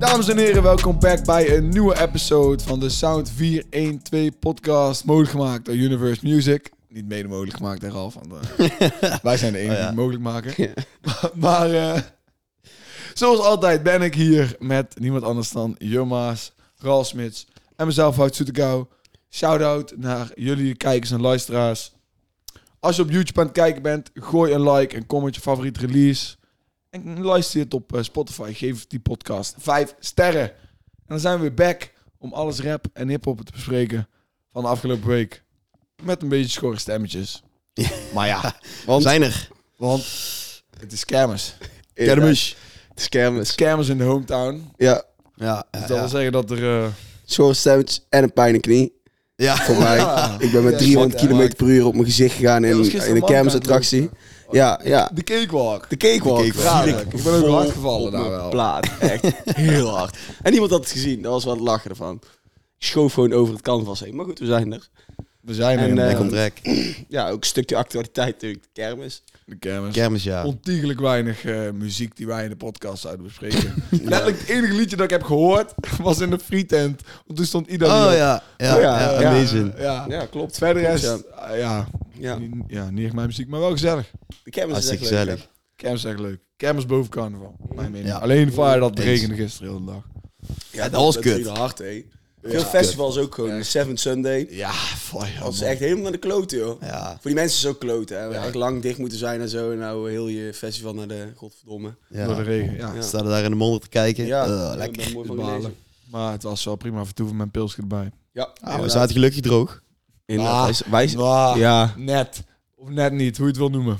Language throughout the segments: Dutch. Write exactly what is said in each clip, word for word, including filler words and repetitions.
Dames en heren, welkom back bij een nieuwe episode van de Sound vier een twee podcast. Mogelijk gemaakt door Universe Music. Niet mede mogelijk gemaakt, hè Ralf. Want, uh, wij zijn de enige oh, ja. die het mogelijk maken. Ja. Maar uh, zoals altijd ben ik hier met niemand anders dan Jumma's, Ralf Smits en mezelf, Wout Soetekau. Shout-out naar jullie kijkers en luisteraars. Als je op YouTube aan het kijken bent, gooi een like en comment je favoriete release. En luister je het op uh, Spotify. Geef die podcast vijf sterren. En dan zijn we weer back om alles rap en hiphop te bespreken van de afgelopen week. Met een beetje schorre stemmetjes. Maar ja, want, zijn er. Want het is kermis. Kermis. Het is kermis. Kermis in de hometown. Ja. ja dus dat ja. wil zeggen dat er... Uh... schorre stemmetjes en een pijn in de knie. Ja. Voor mij. Ja. Ik ben met ja, driehonderd kilometer per uur op mijn gezicht gegaan in, ja, in een kermisattractie. Ja, ja. De cakewalk. De cakewalk. De cakewalk. Ja, ik ben ook hard gevallen daar wel. Plaat. Echt heel hard. En niemand had het gezien. Dat was wel het lachen ervan. Ik schoof gewoon over het canvas heen. Maar goed, we zijn er. We zijn er. En uh, komt rek. Ja, ook een stukje actualiteit natuurlijk. De kermis. De kermis. Kermis, ja. Ontiegelijk weinig uh, muziek die wij in de podcast zouden bespreken. Ja. Letterlijk het enige liedje dat ik heb gehoord was in de free-tent. Want toen stond iedereen. Oh ja. Ja, ja, ja, amazing. Ja, ja. ja, klopt. Verder is ja. Uh, ja, ja. Niet, ja, niet echt mijn muziek, maar wel gezellig. De kermis is echt gezellig. Leuk, kermis is echt leuk. Kermis boven carnaval. Mijn mening. Ja. Alleen fire dat het regende gisteren de hele dag. Ja, dat, dat was kut. Dat hard, hé. Veel ja, festivals kut. Ook gewoon. Ja. Seventh Sunday. Ja, fire. Dat is echt helemaal naar de kloten, joh. Ja. Voor die mensen is het ook kloten, hè. We ja. echt lang dicht moeten zijn en zo. En nou heel je festival naar de godverdomme. Ja. Door de regen, ja. ja. Staan er daar in de modder te kijken. Ja, uh, lekker. Mooi van maar het was wel prima vertoeven met pilsje erbij. Ja, ah, we zaten gelukkig droog. Ah, wij, ah, ja. Net. Of net niet, hoe je het wil noemen.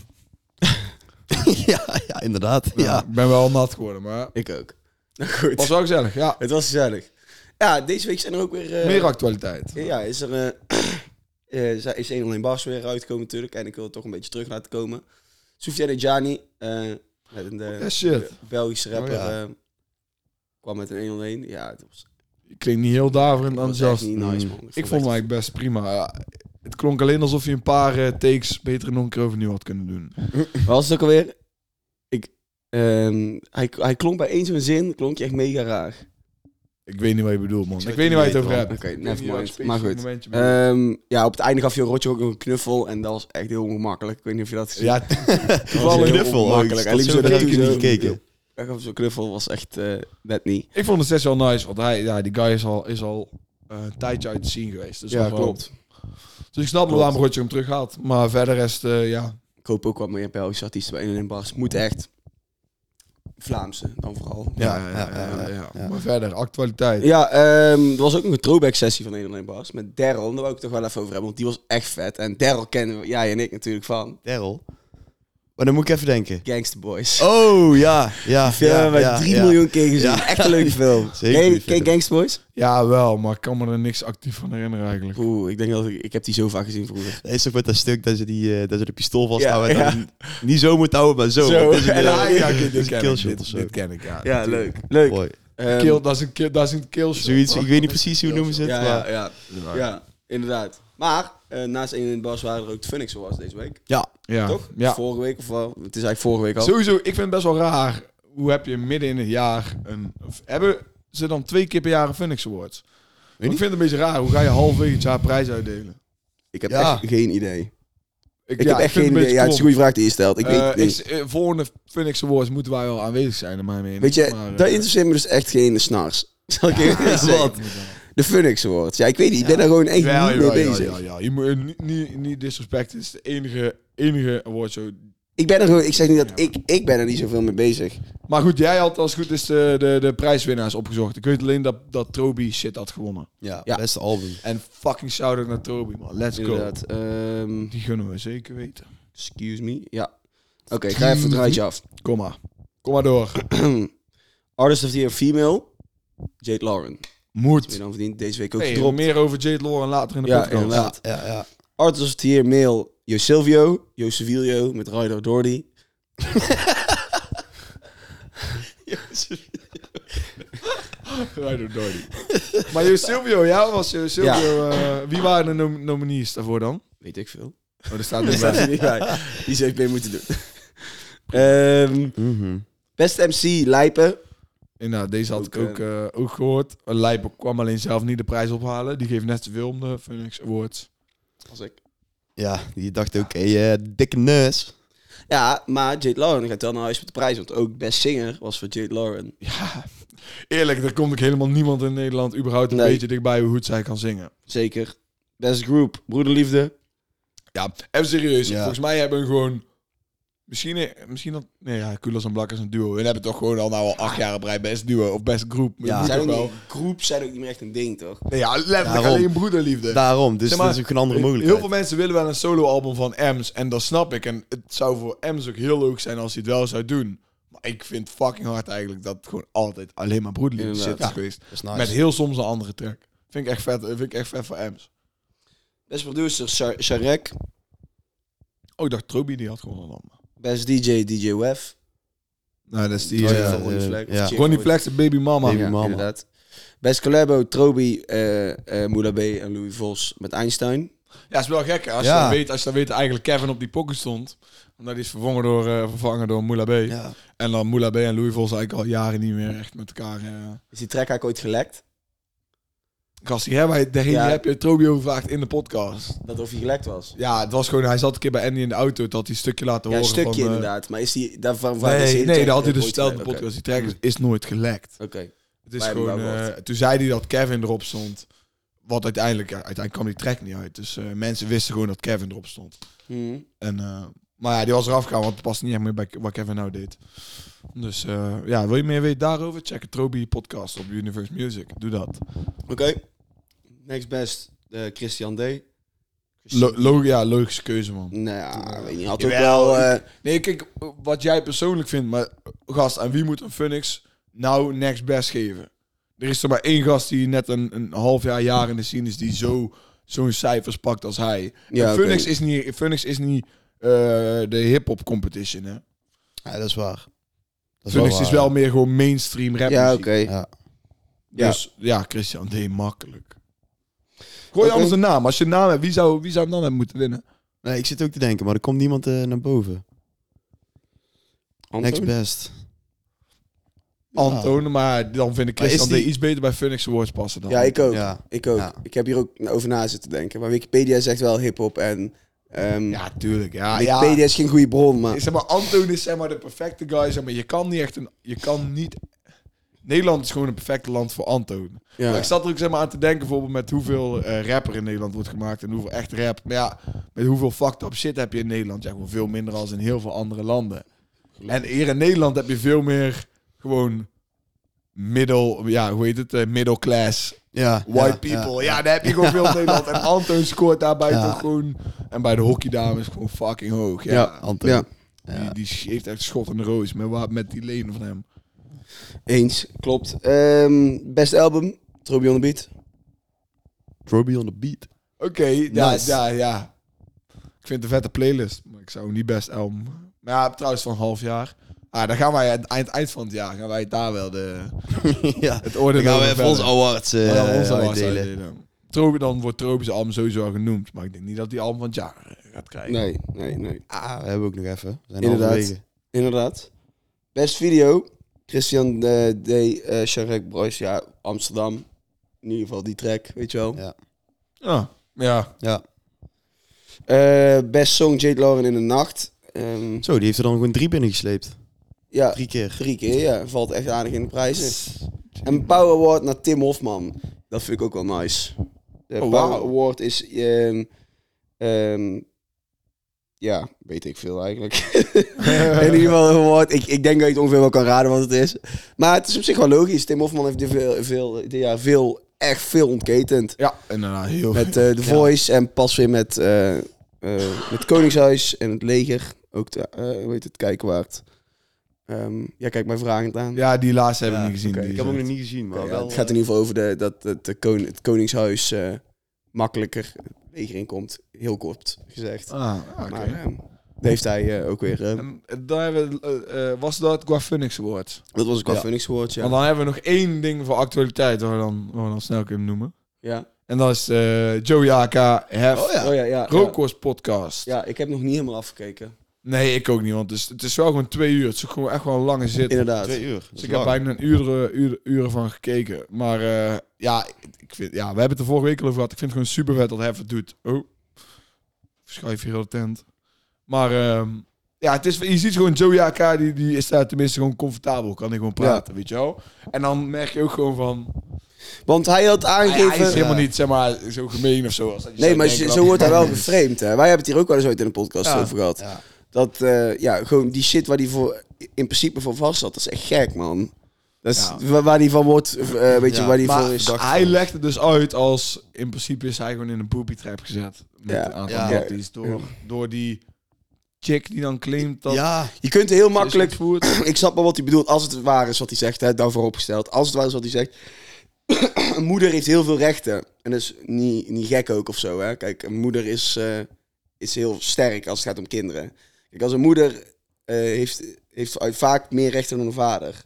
ja, ja, inderdaad. Ja, ja. Ik ben wel nat geworden, maar... Ik ook. Nou goed. Het was wel gezellig, ja. Het was gezellig. Ja, deze week zijn er ook weer... Uh, meer actualiteit. Ja, is er... Uh, uh, is één alleen Bars weer uitgekomen natuurlijk. En ik wil het toch een beetje terug laten komen. Soufiane Djani, uh, met een de, oh, shit. de Belgische rapper, oh, ja. uh, kwam met een één nul één. Ja, het was... Ik klink niet heel daverend enthousiast. Niet nice, man. Ik, ik vond hem eigenlijk best prima. Ja, het klonk alleen alsof je een paar uh, takes beter en onker overnieuw had kunnen doen. Wat was het ook alweer? Ik, um, hij, hij klonk bij één zo'n zin, klonk je echt mega raar. Ik weet niet wat je bedoelt, man. Ik, ik weet niet waar je het over hebt. Oké, okay, nevermind. Maar goed. Um, ja, op het einde gaf je Rotje ook een knuffel en dat was echt heel ongemakkelijk. Ik weet niet of je dat gezien hebt. Ja, toevallig een knuffel. Ongemakkelijk. Hij liep zo naartoe zo gekeken. Hij gaf zo'n knuffel, was echt uh, net niet. Ik vond het steeds wel nice, want hij, ja, die guy is al, is al uh, een tijdje uit de scene geweest. Dus ja, klopt. Wel... Dus ik snap wel waarom Rotje hem terughaalt. Maar verder rest, uh, ja. Ik hoop ook wat meer Belgische artiesten bij één nul één Bars. Moet echt Vlaamse dan vooral. Ja, ja, ja, ja, ja, ja. ja. Maar verder, actualiteit. Ja, um, er was ook nog een throwback sessie van één nul één Bars met Daryl. Daar wou ik toch wel even over hebben, want die was echt vet. En Daryl kennen jij en ik natuurlijk van. Daryl? Maar dan moet ik even denken. Gangster Boys. Oh, ja. ja die film hebben ja, wij drie ja. miljoen keer gezien. Ja. Echt een leuke film. Zeker. Ken je Gangster Boys? Ja, wel. Maar ik kan me er niks actief van herinneren eigenlijk. Oeh, ik denk dat ik, ik heb die zo vaak gezien vroeger. Dat is toch met dat stuk dat ze, die, uh, dat ze de pistool vasthouden. Ja, ja. Niet zo moet houden, maar zo. zo. Dat is een, en ja, ja, dit, dit, ken dit, ik, dit, dit ken ik, ja. Ja, leuk. Leuk. Mooi. Um, kill, dat, is een kill, dat is een killshot. Zoiets, ik weet niet precies hoe noemen ze het. Ja, maar... ja, ja. ja, inderdaad. Maar uh, naast één nul één Bars waren er ook de Phoenix Awards deze week. Ja. ja. Toch? Ja. Vorige week of wel? Het is eigenlijk vorige week al. Sowieso, ik vind het best wel raar. Hoe heb je midden in het jaar een... Of, hebben ze dan twee keer per jaar een Phoenix Awards? Ik vind het een beetje raar. Hoe ga je halverwege het jaar prijs uitdelen? Ik heb ja. echt geen idee. Ik, ik ja, heb echt geen idee. Ja, het is een goede vraag die je stelt. Ik uh, weet niet. Ik, volgende Phoenix Awards moeten wij wel aanwezig zijn, naar mijn mening. Weet je, maar, daar uh, interesseert me dus echt geen snars. Zal ik even ja, zeggen? De Phoenix Awards. Ja, ik weet niet. Ik ben ja. daar gewoon echt ja, niet ja, mee ja, bezig. Ja, ja, ja. Je moet niet, niet, niet disrespecten. Het is de enige, enige awardshow. Ik ben er gewoon... Ik zeg niet dat ja. ik... Ik ben er niet zoveel mee bezig. Maar goed, jij had als het goed is de, de, de prijswinnaars opgezocht. Ik weet alleen dat, dat Trobi shit had gewonnen. Ja, ja. Beste album. En fucking shout-out naar Trobi, man. Let's Inderdaad. go. Um, Die gunnen we zeker weten. Excuse me. Ja. Oké, okay, ga even het rijtje af. Kom maar. Kom maar door. Artist of the Year Female. Jade Lauren. Moet. Je dan verdient deze week ook hey, gedropt. Meer over Jade Lauren later in de ja, podcast. Inderdaad. Ja, ja, ja. Artist of the Year Male. Jo Silvio. Jo Civilio met Ryder Doherty. Ryder Doherty. Maar Jo Silvio, ja, was Jo Silvio... Ja. Uh, wie waren de nom- nominees daarvoor dan? Weet ik veel. Oh, daar staat niet bij. niet bij. Die zou ik mee moeten doen. um, mm-hmm. Beste M C, Lijpen. Inderdaad, deze had Ook, ik ook, uh, ook gehoord. Lijp kwam alleen zelf niet de prijs ophalen. Die geeft net zoveel om de Phoenix Awards. Als ik. Ja, die dacht ook, hey, uh, dikke neus. Ja, maar Jade Lauren gaat wel naar huis met de prijs. Want ook Best Singer was voor Jade Lauren. Ja, eerlijk, er komt ook helemaal niemand in Nederland überhaupt een nee. beetje dichtbij hoe goed zij kan zingen. Zeker. Best Group, Broederliefde. Ja, even serieus. Ja. Volgens mij hebben we gewoon... Misschien, misschien dat... Nee, ja, Kulas en Blak is een duo. En hebben toch gewoon al nou al acht jaar bij best duo of best groep. Ja, zijn ook wel. Groep zijn ook niet meer echt een ding, toch? Nee, ja, letterlijk Daarom. alleen broederliefde. Daarom, dus zeg maar, dat is ook een andere mogelijkheid. Heel veel mensen willen wel een solo-album van Ems. En dat snap ik. En het zou voor Ems ook heel leuk zijn als hij het wel zou doen. Maar ik vind fucking hard eigenlijk dat het gewoon altijd alleen maar broederliefde zit ja, is geweest. Is nice. Met heel soms een andere track. Vind ik echt vet, vind ik echt vet voor Ems. Best producer, Sharek. Oh, ik dacht Trobi die had gewoon een ander. Best D J, D J Wef. Nou, dat is die... Oh, ja, uh, Ronnie Flex. Ja. Ronnie Flex, de Baby Mama. Baby ja, Mama. Inderdaad. Best collabo, Trobi, uh, uh, Moula B en Louis Vos met Einstein. Ja, is wel gek. Als, ja. je dan weet, als je dan weet eigenlijk Kevin op die pokken stond. Omdat die is vervangen door, uh, vervangen door Moula B. Ja. En dan Moula B en Louis Vos eigenlijk al jaren niet meer echt met elkaar... Uh... Is die track eigenlijk ooit gelekt? Gast, hier heb je, ja. heb je Trobi over gevraagd in de podcast. Dat of hij gelekt was? Ja, het was gewoon... Hij zat een keer bij Andy in de auto, dat hij een stukje laten ja, horen een stukje van, uh, inderdaad. Maar is die... Daarvan, nee, is nee, dat had hij dus verteld in de podcast. Okay. Die track is, is nooit gelekt. Oké. Okay. Het is gewoon... Uh, toen zei hij dat Kevin erop stond. Wat uiteindelijk... Ja, uiteindelijk kwam die track niet uit. Dus uh, mensen wisten gewoon dat Kevin erop stond. Mm. En... Uh, maar ja, die was eraf gegaan, want het past niet echt meer bij wat Kevin nou deed. Dus uh, ja, wil je meer weten daarover? Check het Trobi podcast op Universe Music. Doe dat. Oké. Okay. Next best, uh, Christian D. Lo- lo- ja, logische keuze, man. Nou ja, weet niet. Had ook wel... Uh... Nee, kijk, wat jij persoonlijk vindt, maar gast, aan wie moet een Phoenix nou next best geven? Er is er maar één gast die net een, een half jaar, jaar in de scene is, die zo, zo'n cijfers pakt als hij. Ja, Phoenix okay. is niet... Phoenix is niet Uh, de hip-hop competition, hè? Ja, dat is waar. Dat is Phoenix wel is wel meer gewoon mainstream rap. Ja, oké. Okay. Ja. Dus ja, Christian D. makkelijk. Gooi okay. anders een naam. Als je een naam hebt, wie zou, wie zou hem dan hebben moeten winnen? Nee, ik zit ook te denken, maar er komt niemand uh, naar boven. Anton? Next best. Anton, ja. Maar dan vind ik Christian die... D. iets beter bij Phoenix Awards passen dan. Ja, ik ook. Ja. Ik ook. Ja. Ik heb hier ook over na zitten denken. Maar Wikipedia zegt wel hip-hop en... Um, ja, tuurlijk. Ja, Wikipedia ja. is geen goede bron, maar... Zeg maar, Anton is zeg maar de perfecte guy. Zeg maar, je kan niet echt een... Je kan niet... Nederland is gewoon een perfecte land voor Anton. Ja. Maar ik zat er ook zeg maar, aan te denken bijvoorbeeld met hoeveel uh, rapper in Nederland wordt gemaakt en hoeveel echt rap. Maar ja, met hoeveel fucked up shit heb je in Nederland? Ja, gewoon veel minder als in heel veel andere landen. En hier in Nederland heb je veel meer gewoon middel... Ja, hoe heet het? Uh, middle class... Ja, white ja, people. Ja. Ja. ja, daar heb je gewoon veel in Nederland. En Anton scoort daarbij ja. toch gewoon... En bij de hockeydames gewoon fucking hoog. Ja, ja Anton. Ja. Die, die heeft echt schot in de roos met, met die lenen van hem. Eens, klopt. Um, best album, Trobi on the Beat. Trobi on the Beat. Oké, okay, ja, nice. ja, ja. Ik vind het een vette playlist. Maar ik zou niet best album... Maar ja, trouwens van een half jaar... Ah, dan gaan wij aan het eind van het jaar gaan wij daar wel de ja. het oordeel gaan we even onze awards, uh, ja, onze awards uitdelen. uitdelen. Trobi, dan wordt Trobi's album sowieso al genoemd, maar ik denk niet dat die album van het jaar gaat krijgen. Nee, nee, nee. Ah, we hebben ook nog even. We zijn inderdaad, inderdaad. Best video, Christian uh, D, uh, Sharek Broys, ja, Amsterdam. In ieder geval die track, weet je wel. Ja. Ja, ja. ja. Uh, best song Jade Lauren in de nacht. Um, Zo, die heeft er dan gewoon drie binnengesleept. Ja, drie keer. Drie keer, ja. Valt echt aardig in de prijzen. En Power Award naar Tim Hofman. Dat vind ik ook wel nice. De oh, Power wow. Award is... Um, um, ja, weet ik veel eigenlijk. In ieder geval een award. Ik, ik denk dat je het ongeveer wel kan raden wat het is. Maar het is op zich wel logisch. Tim Hofman heeft dit veel, veel, ja, veel, echt veel ontketend. Ja, inderdaad. Heel met uh, The Voice ja. En pas weer met, uh, uh, met Koningshuis en het leger. Ook de, uh, hoe heet het, Kijkwaard. Um, ja, kijk mij vragend aan. Ja, die laatste hebben we ja, niet gezien. Okay. Ik heb hem nog niet gezien, maar okay, wel... Ja, het gaat in ieder geval over de, dat de, de kon, het Koningshuis uh, makkelijker leger inkomt. Heel kort gezegd. Ah, okay. Maar um, dat heeft hij uh, ook weer... Uh, en daar hebben we, uh, uh, was dat qua Phoenix Award? Dat was qua ja. Phoenix Award, ja. Want dan hebben we nog één ding voor actualiteit waar we dan, waar we dan snel kunnen noemen. Ja. En dat is uh, Joey A K, Hef, oh, ja. Oh, ja, ja, Rookworst podcast. Ja, ik heb nog niet helemaal afgekeken. Nee, ik ook niet, want het is, het is wel gewoon twee uur. Het is ook gewoon echt wel een lange zit. Inderdaad. Twee uur. Dus ik heb bijna een uur, uur, uren van gekeken. Maar uh, ja, ik vind, ja, we hebben het er vorige week al over gehad. Ik vind het gewoon super vet dat Hef het doet. Oh, verschuif hier heel de tent. Maar uh, ja, het is, je ziet gewoon Joey A K, die, die is daar tenminste gewoon comfortabel. Kan hij gewoon praten, ja. weet je wel. En dan merk je ook gewoon van... Want hij had aangegeven... Ja, hij is helemaal niet, zeg maar, zo gemeen of zo. Als dat je nee, maar denken, zo wordt hij wel geframed. Hè. Wij hebben het hier ook wel eens ooit in de podcast ja. over gehad. Ja. Dat, uh, ja, gewoon die shit waar hij voor, in principe voor vast zat, dat is echt gek, man. Dat is ja. waar, waar die van wordt, uh, weet je, ja, waar die voor is. Hij van. legt het dus uit als, in principe is hij gewoon in een booby trap gezet. Met ja. een aantal ja. matties. Door, ja. door die chick die dan claimt dat... Ja, je kunt heel makkelijk... Ik snap wel wat hij bedoelt, als het waar is wat hij zegt, hè, daar vooropgesteld. Als het waar is wat hij zegt... een moeder heeft heel veel rechten. En dat is niet, niet gek ook of zo, hè. Kijk, een moeder is, uh, is heel sterk als het gaat om kinderen. Kijk, als een moeder uh, heeft, heeft vaak meer rechten dan een vader.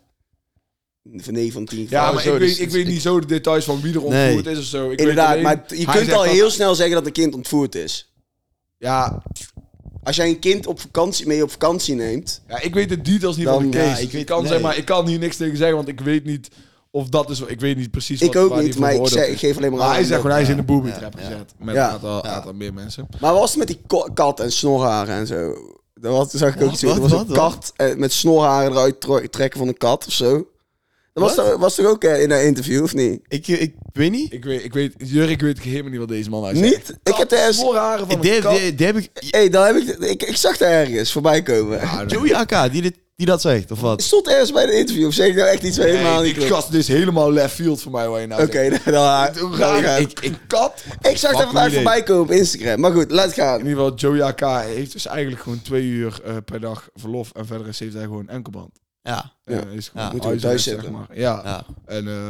Van negen van tien. Ja, maar zo, ik, dus, weet, ik weet niet zo de details van wie er ontvoerd nee. is of zo. Ik Inderdaad, weet alleen, maar je kunt al heel dat... snel zeggen dat een kind ontvoerd is. Ja. Als jij een kind op vakantie, mee op vakantie neemt... Ja, ik weet de details niet dan, van de case. Ja, ik, weet, ik, kan, nee. zeg maar, ik kan hier niks tegen zeggen, want ik weet niet of dat is... Ik weet niet precies ik wat, ook waar niet, maar ik, zeg, ik geef alleen maar, maar aan. hij zegt gewoon, hij is in de booby ja, trap ja. gezet. Met Ja. een aantal, Ja. aantal meer mensen. Maar wat was het met die ko- kat en snorharen en zo? Dat was, zag ik ook iets. Er was wat, een kat eh, met snorharen eruit tro- trekken van een kat of zo. Dat was toch, was toch ook uh, in een interview, of niet? Ik, ik weet niet. Ik weet, ik weet, Jurk, ik weet helemaal niet wat deze man uit zegt. Niet? Ik heb er snorharen van Die, een kat. die, die heb ik... Hé, hey, dan heb ik, ik... Ik zag daar ergens voorbij komen. Ja, nee. Joey A K, die, dit, die dat zegt, of wat? Het stond ergens bij de interview, of zeg ik nou echt iets Nee, helemaal niet ik klopt? gast, dit is helemaal left field voor mij waar je nou Oké, okay, dan... Hoe raar, ik, ik, ik kat. ik zag daar vandaag voorbij komen op Instagram. Maar goed, laat het gaan. In ieder geval, Joey A K heeft dus eigenlijk gewoon twee uur uh, per dag verlof. En verder heeft hij gewoon enkelband. Ja. Uh, Ja. is gewoon Ja. Moeten we thuis zitten. zeg maar. Ja. Ja. En uh,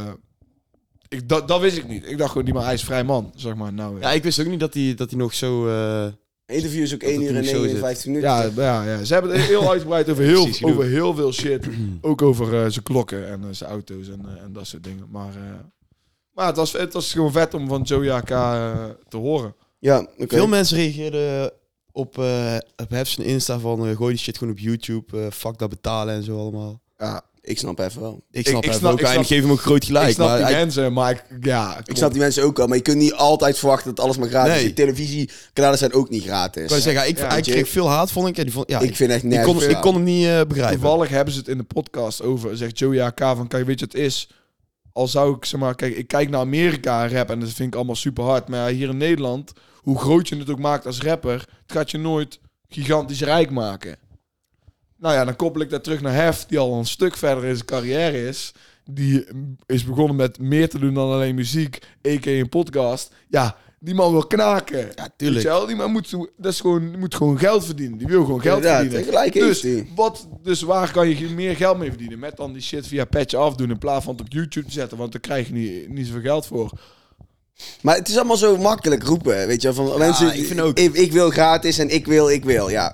ik, dat, dat wist ik niet. Ik dacht gewoon, die maar hij is vrij man, zeg maar. Nou, Ja, ik wist ook niet dat hij dat hij nog zo... Uh... Een interview is ook Dat één het uur en niet zo negenenvijftig minuten. ja, ja, ja, ze hebben het heel uitgebreid over heel, Precies genoeg. over heel veel shit. Ook over uh, zijn klokken en uh, zijn auto's en, uh, en dat soort dingen. Maar, uh, maar het, was, het was gewoon vet om van Joey A K uh, te horen. Ja, oké. Okay. Veel mensen reageerden op, uh, op Hef's Insta van uh, gooi die shit gewoon op YouTube. Uh, fuck dat betalen en zo allemaal. Ja, Ik snap even wel. Ik snap ik even snap- ook ik en snap- ik geef hem ook groot gelijk. ik snap maar die hij- mensen, maar ik, ja, Ik snap die mensen ook al, maar je kunt niet altijd verwachten dat alles maar gratis is. Nee. Die televisiekanalen zijn ook niet gratis. ik wou zeggen, ik, Ja, hij weet je. kreeg veel haat, vond ik. En die vond, ja, ik vind echt ik, net. kon, veel- ik kon hem niet uh, begrijpen. Toevallig hebben ze het in de podcast over. Zegt Joey A K van, kijk, weet je wat het is? Al zou ik, zeg maar, kijk, ik kijk naar Amerika rap en dat vind ik allemaal super hard. Maar hier in Nederland, hoe groot je het ook maakt als rapper, het gaat je nooit gigantisch rijk maken. Nou ja, dan koppel ik dat terug naar Hef, die al een stuk verder in zijn carrière is. Die is begonnen met meer te doen dan alleen muziek, a k a een podcast. Ja, die man wil knaken. Ja, tuurlijk. Weet je wel? Die man moet, dat is gewoon, die moet gewoon geld verdienen. Die wil gewoon geld Inderdaad, verdienen. gelijk heeft Dus, hij. wat, dus waar kan je meer geld mee verdienen? Met dan die shit via Patch afdoen in plaats van het op YouTube te zetten. Want daar krijg je niet, niet zoveel geld voor. Maar het is allemaal zo makkelijk roepen, weet je. Van mensen, ik vind ook- Ik, ik wil gratis en ik wil, ik wil, ja.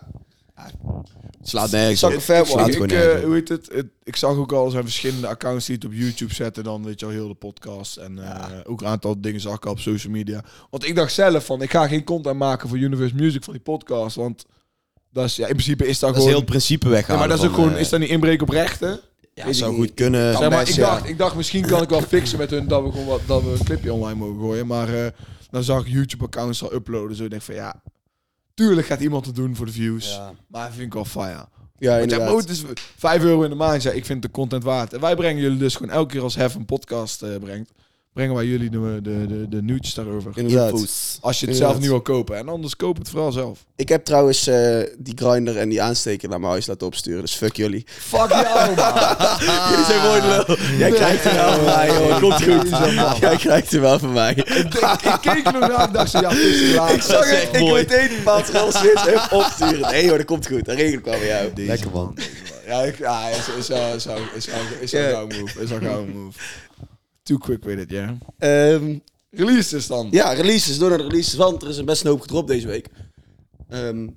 Slaat nergens Zak op. een ver- Slaat ik, gewoon ik, eh, nergens op. hoe heet het? het? Ik zag ook al zijn verschillende accounts die het op YouTube zetten. Dan weet je al heel de podcast. En eh, ook een aantal dingen zag ik al op social media. Want ik dacht zelf van, ik ga geen content maken voor Universe Music van die podcast. Want dat is, ja, in principe is dat, Dat is gewoon... heel het principe ja, weghalen. maar dat is ook van, gewoon, eh, is dat niet inbreken op rechten? Ja, Weet zou ik goed niet. kunnen. Kan Zeg maar, best, ik, ja. dacht, ik dacht, misschien kan ik wel fixen met hun dat we gewoon wat, dat we een clipje online mogen gooien. Maar uh, dan zag ik YouTube-accounts al uploaden. Zo ik denk van ja, tuurlijk gaat iemand het doen voor de views. Ja. Maar dat vind ik wel fire. Ja, Want ja, inderdaad. maar het is vijf euro in de maand. Ja, ik vind de content waard. En wij brengen jullie dus gewoon elke keer als Hef een podcast uh, brengt. Brengen wij jullie de, de, de, de nieuwtjes daarover. Inderdaad. Info's. Als je het Inderdaad. zelf niet wil kopen. En anders koop het vooral zelf. Ik heb trouwens uh, die grinder en die aansteker naar mijn huis laten opsturen, dus fuck jullie. Fuck jou, man. Jullie zijn mooi de lul. Jij krijgt er wel van mij, joh. Komt goed. Jij krijgt er wel van mij. ik, ik, ik keek er nog naar en dacht zo, ja, tussen laat. Ik zag het, ik mooi. meteen die paard Rolls-Royce even opsturen. Nee hoor, dat komt goed. Dat regel ik wel bij jou. Deze Lekker, man. Ja, ik, ja is, is, is, is, is, is een Ja. gauw move. Is een gauw move. Too quick with it, ja. Ehm, Releases dan. ja, releases. Door naar de releases, want er is een best een hoop gedropt deze week. Ehm,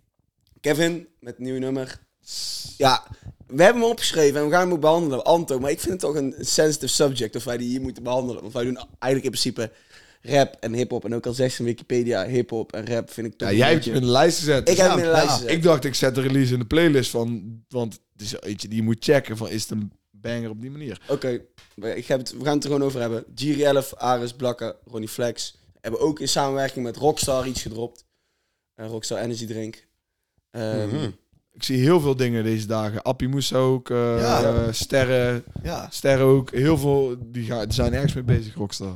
Kevin, met een nieuw nummer. Ja, we hebben hem opgeschreven en we gaan hem ook behandelen. Anto, maar ik vind het toch een sensitive subject of wij die hier moeten behandelen. Want wij doen eigenlijk in principe rap en hip-hop. En ook al zegt in Wikipedia, hip-hop en rap vind ik toch. Ja, jij hebt je in de lijst gezet. Ik heb Ja, hem in de lijst ja. gezet. Ik dacht, ik zet de release in de playlist van... Want het is eentje die je moet checken van... Is het een banger op die manier? Oké, okay. we gaan het er gewoon over hebben. Jiri elf, Aris, Blakka, Ronnie Flex. Hebben ook in samenwerking met Rockstar iets gedropt. Uh, Rockstar Energy Drink. Um, Mm-hmm. Ik zie heel veel dingen deze dagen. Appie Moes ook. Uh, Ja. uh, sterren. Ja. Sterren ook. Heel veel... Die, gaan, die zijn ergens mee bezig, Rockstar.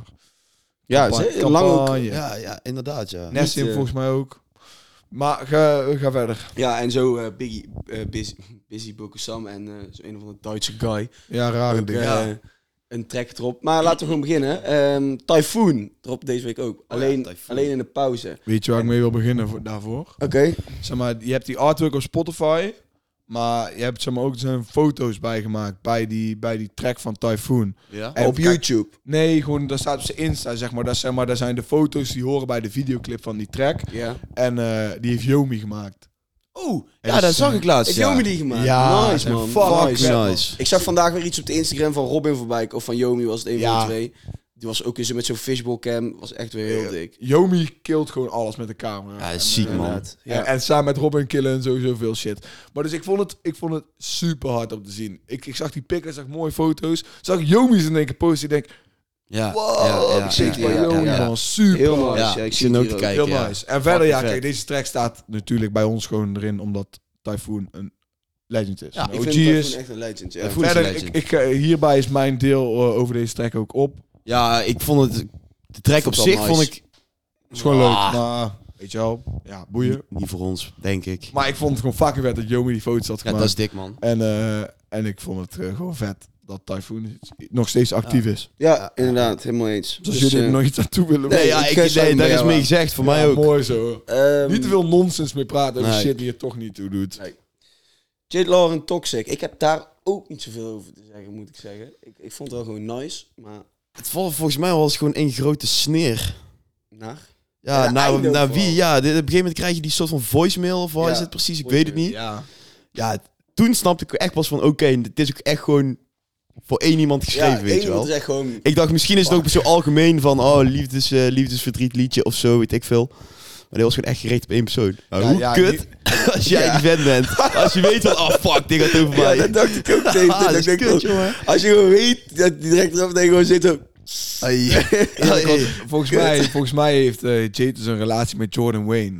Ja, Campagne- ze, lang ook. campagne. Ja, ja, inderdaad, ja. Nessim Niet, uh, volgens mij ook. Maar ga, ga verder. Ja, en zo uh, Biggie, uh, Busy, Busy Bokusam en uh, zo een of andere Duitse guy. Ja, rare Ook, dingen. uh, Ja. een track erop. Maar laten we gewoon beginnen. Um, Typhoon erop deze week ook. Alleen, Typhoon. alleen in de pauze. Weet je waar ik mee wil beginnen voor, daarvoor? Oké. Okay. Zeg maar, je hebt die artwork op Spotify. Maar je hebt zeg maar, ook zijn foto's bijgemaakt bij die, bij die track van Typhoon. Ja. En Op kijk- YouTube. Nee, gewoon, dat staat op zijn Insta, zeg maar. Dat, zeg maar. Dat zijn de foto's die horen bij de videoclip van die track. Ja. En uh, die heeft Yomi gemaakt. Oh, En ja, dus, dat zag uh, ik laatst. Heeft Ja. Yomi die gemaakt? Ja, nice en man. fuck Nice. vet, man. Nice. Ik zag vandaag weer iets op de Instagram van Robin voorbij. Of van Yomi was het een Ja. van de twee. Die was ook eens met zo'n fishbowl cam. Was echt weer heel Ja. dik. Yomi killt gewoon alles met de camera. Ja, En, ziek, uh, man. Inderdaad. Ja. Ja. En samen met Robin Killen en sowieso veel shit. Maar dus ik vond het, ik vond het super hard om te zien. Ik, ik zag die pikken, zag mooie foto's. Zag Yomi's in één keer posten. Ik denk, Ja. wow, ja, ja, shit ja, bij ja, Yomi, ja, ja. man. Super Heel hard. nice. Ja, Ja, ik ik zie zit het ook hier te ook. kijken. Heel ja. nice. En verder, ja, Fucking kijk, vet. deze track staat natuurlijk bij ons gewoon erin, omdat Typhoon een legend is. Ja, Een Ik O G vind Typhoon is. echt een legend. Ja. Typhoon is Verder, een ik, legend. ik, uh, hierbij is mijn deel uh, over deze track ook op. Ja, ik vond het... De track vond op het wel zich nice. vond ik... Is gewoon Ah. leuk, maar weet je wel, ja, boeien. Niet, niet voor ons, denk ik. Maar ik vond het gewoon fucking vet dat Yomi die foto's had Ja, gemaakt. dat is dik, man. En, uh, en ik vond het uh, gewoon vet dat Typhoon nog steeds actief Ja. is. Ja, inderdaad. Helemaal eens. Dus als Dus, jullie er eh, nog iets aan toe willen. Nee, Nee, ja, ik ik, sluit nee, me daar bij is jou mee aan. gezegd, voor Ja, mij ook. mooi zo. ehm, Niet te veel nonsens mee praten over Nee. shit die je toch niet toe doet. Nee. Jade Law en Toxic. Ik heb daar ook niet zoveel over te zeggen, moet ik zeggen. Ik, ik vond het wel gewoon nice, maar Het vol- volgens mij was het gewoon één grote sneer. naar. Ja, Ja, nou, einde naar ook wie? vooral. Ja, dit, op een gegeven moment krijg je die soort van voicemail, of wat Ja, is het precies? Ik weet het niet. Ja. Ja, toen snapte ik echt pas van, oké, dit is ook echt gewoon voor één iemand geschreven, ja, weet één je wel. iemand is echt gewoon... Ik dacht, misschien is het ook zo algemeen van, oh, liefdes, eh, liefdesverdriet liedje of zo, weet ik veel. Maar dit was gewoon echt gericht op één persoon. Nou, Ja, hoe ja, kut, als jij Ja. die vent bent. Als je weet van, oh fuck, dit gaat over Ja, mij. dat dacht ik ook meteen. Ah, Dat dat is denk ik kut, ook. jongen. Als je gewoon weet dat die direct erop tegen gewoon zit zo... Ai. Ja, Ai. want volgens, mij, volgens mij heeft uh, Jade dus een relatie met Jordan Wayne.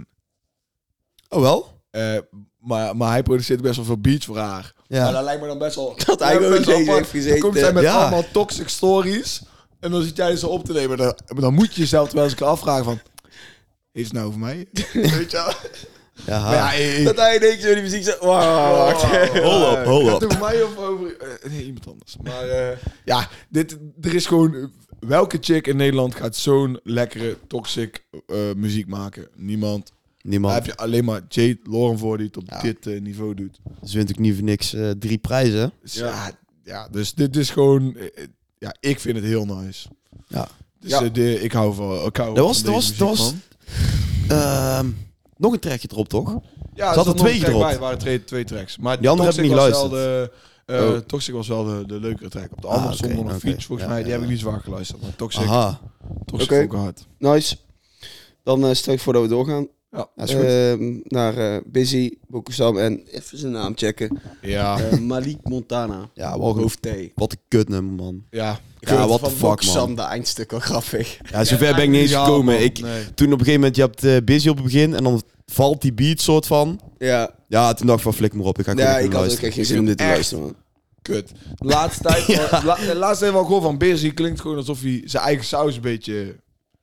Oh wel? Uh, maar, maar hij produceert best wel veel beats voor haar. Maar Ja. dat lijkt me dan best wel... Dat hij ja, ook best wel deze apart. heeft Dan komt zij gezeten. met Ja. allemaal toxic stories. En dan zit jij dus op te nemen. Dan, dan moet je jezelf terwijl ik afvragen van... Is het nou voor mij? Weet je wel? Ja, Maar ja, eh, Dat hij denkt zo die muziek zo... Wow, wacht. Hold op, hold Gaat op. het over mij of over... eh, nee, iemand anders. Maar uh, ja, dit, er is gewoon... Welke chick in Nederland gaat zo'n lekkere, toxic uh, muziek maken? Niemand. Daar Niemand. heb je alleen maar Jade Lauren voor die het op Ja. dit uh, niveau doet. Ze wint ook niet voor niks uh, drie prijzen. Dus, Ja. ja. Ja, dus dit is gewoon... uh, ja, ik vind het heel nice. Ja. Dus Ja. uh, de, ik hou van... Ik hou Dat was- van dat deze was- muziek, dat was- man. Ehm, nog een trackje erop, toch? Ja, Zat er nog twee een track gedropt? bij. Het waren twee, twee tracks. Maar Die andere heb ik Toxic niet was wel geluisterd. de, uh, Oh. Toxic was wel de, de leukere track. Op de Ah, andere oké, stond nog een oké. feature volgens Ja, mij. Die ja, heb ik ja. niet zwaar geluisterd. Maar Toxic, Aha. Toxic Oké. vond ik hard. Nice. Dan uh, stel ik voor dat we doorgaan. Ja, Dat is goed. Ehm, naar uh, Busy, Bokusam en even zijn naam checken. ja. Uh, Malik Montana. Ja, wel goed. Hoofd T. Wat een kutnummer, man. ja. Ik Ja, vind what van the fuck, Bokusam man. de eindstuk al grappig. Ja, zover ben ik niet eens Ja, gekomen. man. Ik, Nee. toen op een gegeven moment, je hebt uh, Busy op het begin en dan valt die beat soort van. Ja, Ja, toen dacht ik van, flik me op, ik ga gewoon ja even ik had ook luisteren. echt geen zin om dit te Echt. luisteren, man. Kut. De laatste tijd, Ja. la, de laatste tijd wel gewoon van Busy klinkt gewoon alsof hij zijn eigen saus een beetje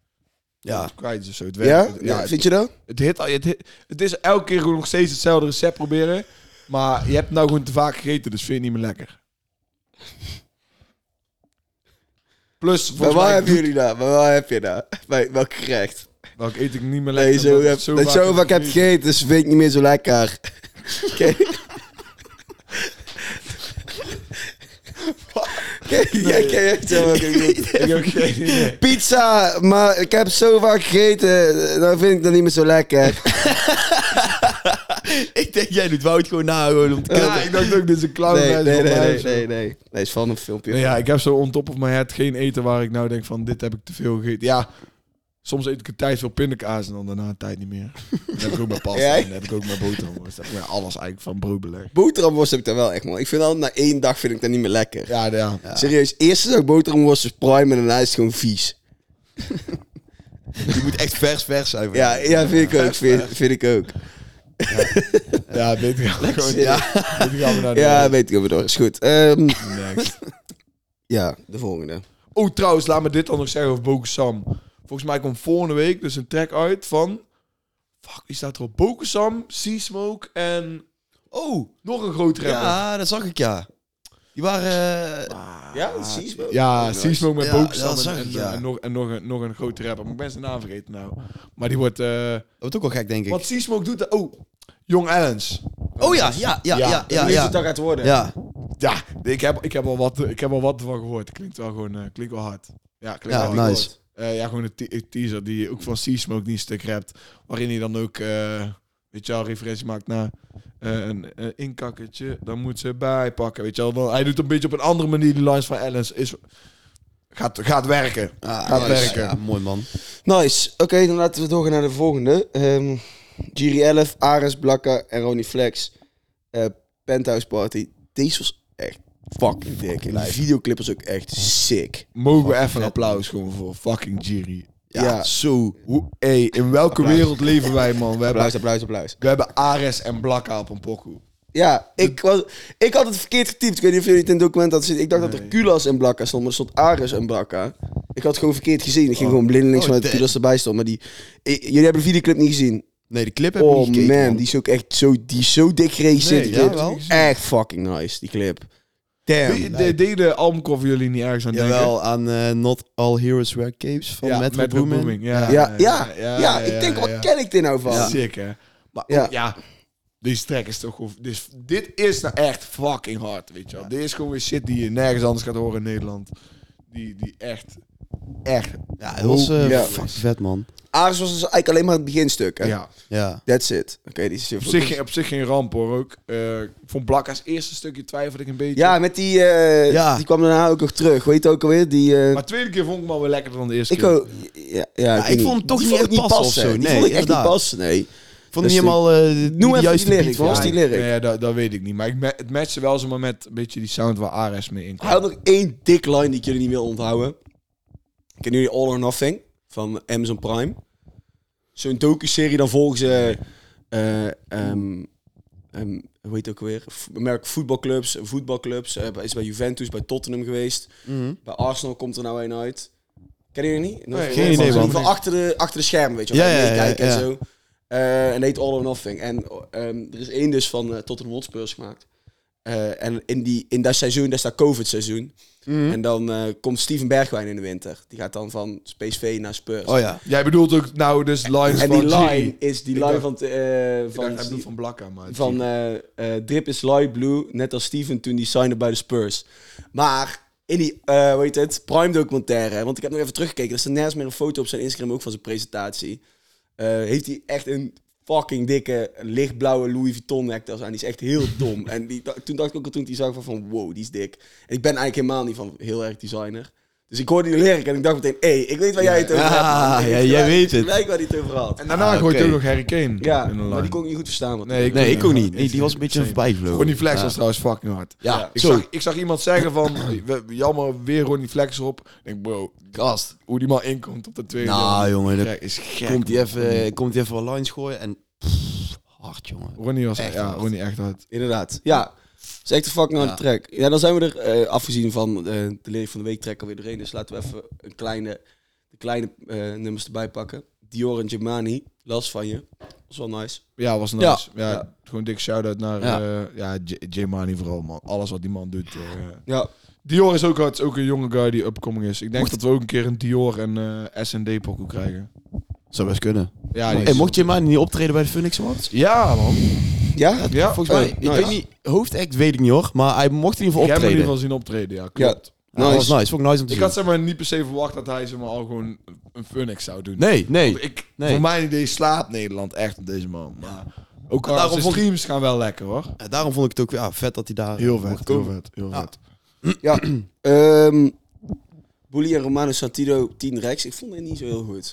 Ja. kwijt is of zo. Het Ja? werkt. ja? het, Vind je dat? het, hit, het, hit- het is elke keer gewoon nog steeds hetzelfde recept proberen. Maar je hebt het nou gewoon te vaak gegeten, dus vind je het niet meer lekker. Plus, Bij volgens waar mij hebben doet- jullie dat? Bij waar heb je dat? Bij welk gerecht? welk eet ik niet meer lekker. Nee, zo, omdat heb, ik zo dat je zo vaak hebt gegeten, dus vind ik niet meer zo lekker. Oké. Kijk, jij kent echt zo welke ik bedoel. Ik heb geen idee. Pizza, maar ik heb zo vaak gegeten, dan vind ik dat niet meer zo lekker. Ik denk, jij doet Wout gewoon na, gewoon om te Ja, kutten. ik dacht ook, dit is een clown. Nee, nee, nee, van mij nee, of zo. nee, nee. Nee, is van een filmpje. Nee, ja, ik heb zo on top of my head geen eten waar ik nou denk van, dit heb ik te veel gegeten. Ja, Soms eet ik een tijd veel pindakaas en dan daarna een tijd niet meer. Dan heb ik ook mijn pasta Ja? en dan heb ik ook mijn boterhamworst. Dan heb ik weer alles eigenlijk van brood belegd. Boterhamworst heb ik daar wel echt, man. Ik vind al na één dag vind ik dat niet meer lekker. Ja, ja. Ja. Serieus, eerste dag boterhamworst is prime en daarna is het gewoon vies. Die moet echt vers, vers zijn. Ja, ja vind ik ook. Vind, vind ik ook. Ja, weet ik wel. Gewoon, Ja. ja. Weet ik wel naar de Ja, weet ik wel door. Is goed. Ehm, Next. ja, de volgende. Oh, trouwens, laat me dit dan nog zeggen over Bokusam. Volgens mij komt volgende week dus een track uit van... Fuck, wie staat er op? Bokusam, Seasmoke en... Oh, Nog een groot rapper. ja, dat zag ik, ja. Die waren... eh, Ja, Seasmoke? Ja, Oh, nice. Seasmoke met Ja, Bokusam dat en, zag en, ik, ja. en nog, en nog, een, nog een grote rapper. Maar ik ben zijn naam vergeten nou. Maar die wordt... eh dat wordt ook wel gek, denk ik. wat Seasmoke doet... Oh, Young Allens. Oh ja, ja, ja, ja, ja. Ja, ja, het dat gaat worden. ja. Ja, ik heb, ik heb, al, wat, ik heb al wat ervan gehoord. Klinkt wel gewoon... Uh, klinkt wel hard. Ja, klinkt Ja, wel hard. nice. Uh, ja, gewoon een, te- een teaser die ook van Seasmoke die een stuk rapt. Waarin hij dan ook, uh, weet je wel, referentie maakt naar uh, een uh, inkakkertje. Dan moet ze bijpakken, weet je wel. Dan, hij doet een beetje op een andere manier die lines van Allens. Is, gaat, gaat werken. Ah, Gaat nice. werken. Ja, mooi man. Nice. Oké, okay, dan laten we doorgaan naar de volgende. Um, Giri elf, Ares, Blakka en Ronnie Flex. Uh, Penthouse Party. Deze was echt fucking dik. En die videoclip was ook echt sick. Mogen we even een applaus gewoon voor fucking Giri. Ja, Ja. Zo. Hoe, hey, in welke Applaus. wereld leven wij, man? We hebben, Applaus, applaus, applaus. we hebben Ares en Blakka op een pokoe. Ja, ik, was, ik had het verkeerd getypt. Ik weet niet of jullie het in het document hadden zitten. Ik dacht dat Nee. er Kulas en Blakka stond, maar er stond Ares en Blakka. Ik had het gewoon verkeerd gezien. Ik ging Oh. gewoon blindelings Oh, vanuit de damn. Kulas erbij stond. Maar die, I- jullie hebben de videoclip niet gezien. Nee, de clip heb ik Oh niet gekeken, man, man. die is ook echt zo, die is zo dik geregisseerd. Nee, die ja, clip. wel. Echt fucking nice, die clip. Damn. De, de, deden albumcover jullie niet ergens aan denken? Jawel, aan uh, Not All Heroes Wear Capes van Ja, Metro Metro Boomin. Boomin, ja. Ja, ja, ja, ik denk, wat ja. ken ik dit nou van? Ja. Sick, hè? Maar Ja. ook, ja, deze track is toch gewoon... Dit, dit is nou echt fucking hard, weet je wel. Dit is gewoon weer shit die je nergens anders gaat horen in Nederland. Die, die echt, echt... Ja, het was uh, Ja. fucking vet, man. Ares was dus eigenlijk alleen maar het beginstuk, hè? Ja, Ja. That's it. Oké, die is heel op zich, geen- op zich geen ramp, hoor, ook. Uh, ik vond Blakka's eerste stukje twijfelde ik een beetje. Ja, met die, eh, Ja. die kwam daarna ook nog terug. Weet je ook alweer? Die, eh, Maar de tweede keer vond ik hem wel weer lekkerder dan de eerste ik keer. ook. Ja, ja, ik weet vond hem toch Die niet vond ik echt passen of zo. Die Nee, vond ik echt inderdaad. niet passen, nee. Ik vond Dus hem niet helemaal uh, Noem even juiste die lyric, beat wat was voor. die lyric? Nee, dat, dat weet ik niet. Maar ik ma- het matchte wel zomaar met een beetje die sound waar Ares mee in kwam. Hij had nog één dik line die ik jullie niet wil onthouden. Kennen jullie All or Nothing? Van Amazon Prime. Zo'n docu-serie, dan volgen ze... eh, ehm, ehm, hoe heet het ook alweer? F- merk voetbalclubs. Voetbalclubs. eh, is bij Juventus, bij Tottenham geweest. Mhm. Bij Arsenal komt er nou een uit. Kennen jullie niet? Nee, geen idee, Van, man. van achter, de, achter de schermen, weet je wel. Ja, ja, ja, Meekijken ja. en zo. Eh, en dat heet All or Nothing. En ehm, er is één dus van uh, Tottenham Hotspurs gemaakt. Eh, en in, die, in dat seizoen, dat is dat COVID-seizoen. Mhm. En dan uh, komt Steven Bergwijn in de winter. Die gaat dan van P S V naar Spurs. Oh ja. Jij bedoelt ook nou dus lines En van die Giri. line is die Ik line dacht- van, uh, Ik dacht, van, hij bedoelt van Blakka, maar... van uh, uh, Drip is light blue, net als Steven toen die signde bij de Spurs. Maar in die, uh, hoe heet het, Prime documentaire, want ik heb nog even teruggekeken, er staat nergens meer een foto op zijn Instagram, ook van zijn presentatie. Uh, heeft hij echt een fucking dikke, lichtblauwe Louis Vuitton necklace aan. Die is echt heel dom. En die, toen dacht ik ook al toen ik die zag van, van, wow, die is dik. En ik ben eigenlijk helemaal niet van heel erg designer. Dus ik hoorde die lyric en ik dacht meteen, hé, hey, ik weet waar jij het over hebt. Ah, man. ja, Ik- jij ik- weet het. Ik weet waar hij het over had. En daarna Ah, gooit oké. hij ook nog Harry Kane Ja, in een maar line. die kon ik niet goed verstaan. Wat Nee, ik Nee, ik ook niet. niet. Nee, die was een beetje Same. voorbij gevlogen. Ronnie Flex Ja. was trouwens fucking hard. Ja, Ik zo. zag, ik zag iemand zeggen van, we- jammer, weer Ronnie Flex op. Ik denk, bro, gast, hoe die man inkomt op de tweede. Nou, jongen, dat Gek, is gek. komt hij man. even, komt hij even wat lines gooien en pff, hard, jongen. Ronnie was Echt ja, hard. Ronnie echt hard. Inderdaad. Ja. Het is echt een fucking harde Ja. track. Ja, dan zijn we er, eh, afgezien van eh, de lyric van de week, trekken we weer doorheen. Dus laten we even een kleine, de kleine eh, nummers erbij pakken. Dior en Jemani, last van je. Dat is wel nice. Ja, was nice. Ja. Ja, Ja. gewoon dik shout-out naar Ja. ja. ja, J- J-Mani vooral, man. Alles wat die man doet. eh. Ja. Dior is ook, hard, is ook een jonge guy die upcoming is. Ik denk dat we ook een keer een Dior en eh S en D pokoe krijgen. Zou best kunnen. Ja, die Hey, is- mocht je maar niet optreden bij de Phoenix Awards? Ja, man. Ja? Ja, Volgens mij, Oh, ik nice. weet niet, hoofdact weet ik niet hoor, maar hij mocht in ieder Ik geval heb hem in ieder optreden. geval zien optreden, ja, Ja. klopt. Ja, dat was Nice. nice, vond ik nice om te Ik zien. had zeg maar niet per se verwacht dat hij zeg maar, al gewoon een Phoenix zou doen. Nee, nee. Want ik, nee. Voor mijn idee slaat Nederland echt op deze man. Maar ook En al daarom zijn vond- streams gaan wel lekker, hoor. Ja, daarom vond ik het ook ja, vet dat hij daar Heel eh, vet, mocht heel komen. vet, heel Ja. vet. Ja. Ehm Bully en Romano Santido, tien Rex. Ik vond het niet zo heel goed.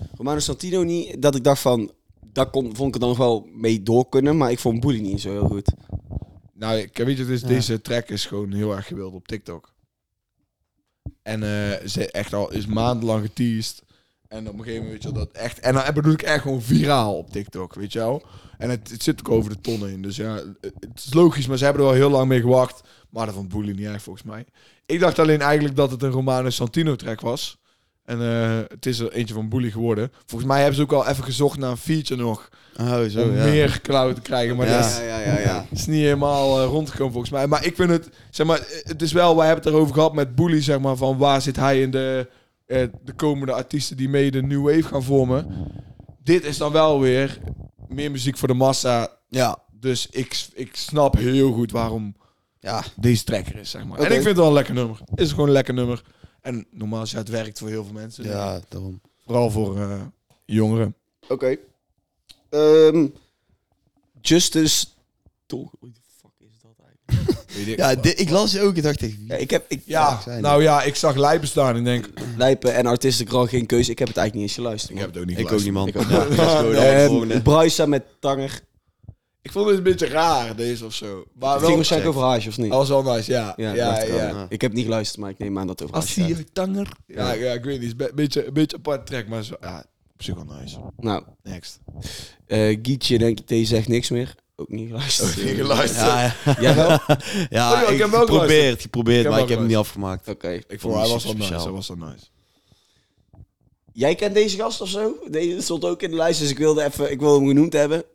Romano Santino niet, dat ik dacht van, daar kon, vond ik er dan nog wel mee door kunnen, maar ik vond Bully niet zo heel goed. Nou, ik weet je, dus Ja. deze track is gewoon heel erg gewild op TikTok. En uh, ze echt al is maandenlang geteased. En op een gegeven moment, weet je wel, dat echt... En dan bedoel ik echt gewoon viraal op TikTok, weet je wel. En het, het zit ook over de tonnen in. Dus ja, het, het is logisch, maar ze hebben er wel heel lang mee gewacht. Maar dat vond Bully niet erg, volgens mij. Ik dacht alleen eigenlijk dat het een Romano Santino track was. En uh, het is er eentje van Bully geworden. Volgens mij hebben ze ook al even gezocht naar een feature nog. Oh, zo, om ja. meer cloud te krijgen. Maar Ja. dat is, ja, ja, ja. is niet helemaal uh, rondgekomen volgens mij. Maar ik vind het, zeg maar, het is wel, wij hebben het erover gehad met Bully, zeg maar, van waar zit hij in de, uh, de komende artiesten die mee de New Wave gaan vormen. Dit is dan wel weer meer muziek voor de massa. Ja. Dus ik, ik snap heel goed waarom Ja. deze tracker is, zeg maar. Oké. En ik vind het wel een lekker nummer. Het is gewoon een lekker nummer. En normaal, ja, het werkt voor heel veel mensen. Ja, daarom. Vooral voor uh, jongeren. Oké. Okay. Um, Justice... Toch? Hoe de fuck is dat eigenlijk? Weet ik. Ja, dit, ik las je ook en dacht ik... Ja, ik heb... Ik, Ja, zijn nou ja, ik zag Lijpen staan en ik denk, Lijpen en artiesten vooral geen keuze. Ik heb het eigenlijk niet eens geluisterd. ik heb het ook niet Ik ook geluisterd. niet, man. Ik ook niet. Ja, dat is gewoon Nee, de Um, volgende. Brysa met Tanger. Ik vond het een beetje raar, deze of zo. Maar Het wel, ging waarschijnlijk over Haasje, of niet? dat was wel nice, ja. Ja, Ja, dacht ja. ik wel. ja. Ik heb niet geluisterd, maar ik neem aan dat het over Als Haasje gaat. die tanger. Ja, ja, ik weet niet. Het is een beetje, een beetje apart track, maar zo, ja, op zich wel nice. Nou, Next. uh, Gietje, denk ik, die zegt niks meer. Ook niet geluisterd. Ook niet geluisterd. Ja, ja. Jij wel? ja Oh, ja, ik ik heb wel geprobeerd, geluisterd. geprobeerd, Ik heb maar wel ik heb hem niet afgemaakt. Oké. Ik vond hij niet was wel nice, speciaal. hij was wel nice. Jij kent deze gast of zo? Deze stond ook in de lijst, dus ik wilde even, ik wilde hem genoemd hebben.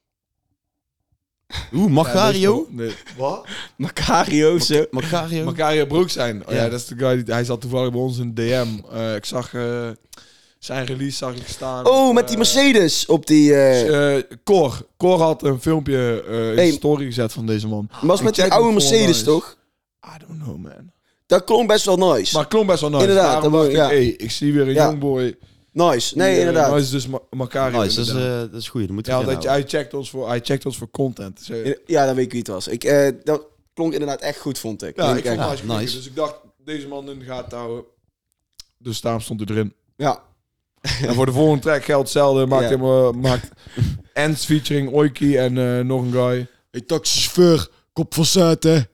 Oeh, Macario? Ja, nee, wat? Macario of zo. Macario? Macario Broek zijn. Oh, ja. Ja. dat is de guy, die, hij zat toevallig bij ons in D M. Uh, ik zag uh, zijn release zag ik staan. Oh, met die Uh, Mercedes op die... Uh, Uh, Cor. Cor had een filmpje uh, in Hey. de story gezet van deze man. was ik met die check oude hem voor Mercedes, nice. toch? I don't know, man. Dat klonk best wel nice. Maar het klonk best wel nice. Inderdaad, Daarom dat dacht wou- ik, ja. hey, ik zie weer een Ja. jongboy. Nice. Nee, Die, uh, inderdaad. Nice, dus Ma- Macario. Nice, dat is, inderdaad. uh, dat is goed. Dat moet ja, ik want hij, hij, checkt ons voor, hij checkt ons voor content. Dus, uh, Ja, dan weet ik wie het was. Ik, uh, dat klonk inderdaad echt goed, vond ik. ja, Neem ik vond echt- het hartstikke nice. goed. Dus ik dacht, deze man in de gaten houden. Dus daarom stond hij erin. ja. En voor de volgende track geldt hetzelfde. Maakt Ja. hem, uh, maakt Ends featuring Oiki en uh, nog een guy. Hey, taxichauffeur, kop van Zuid,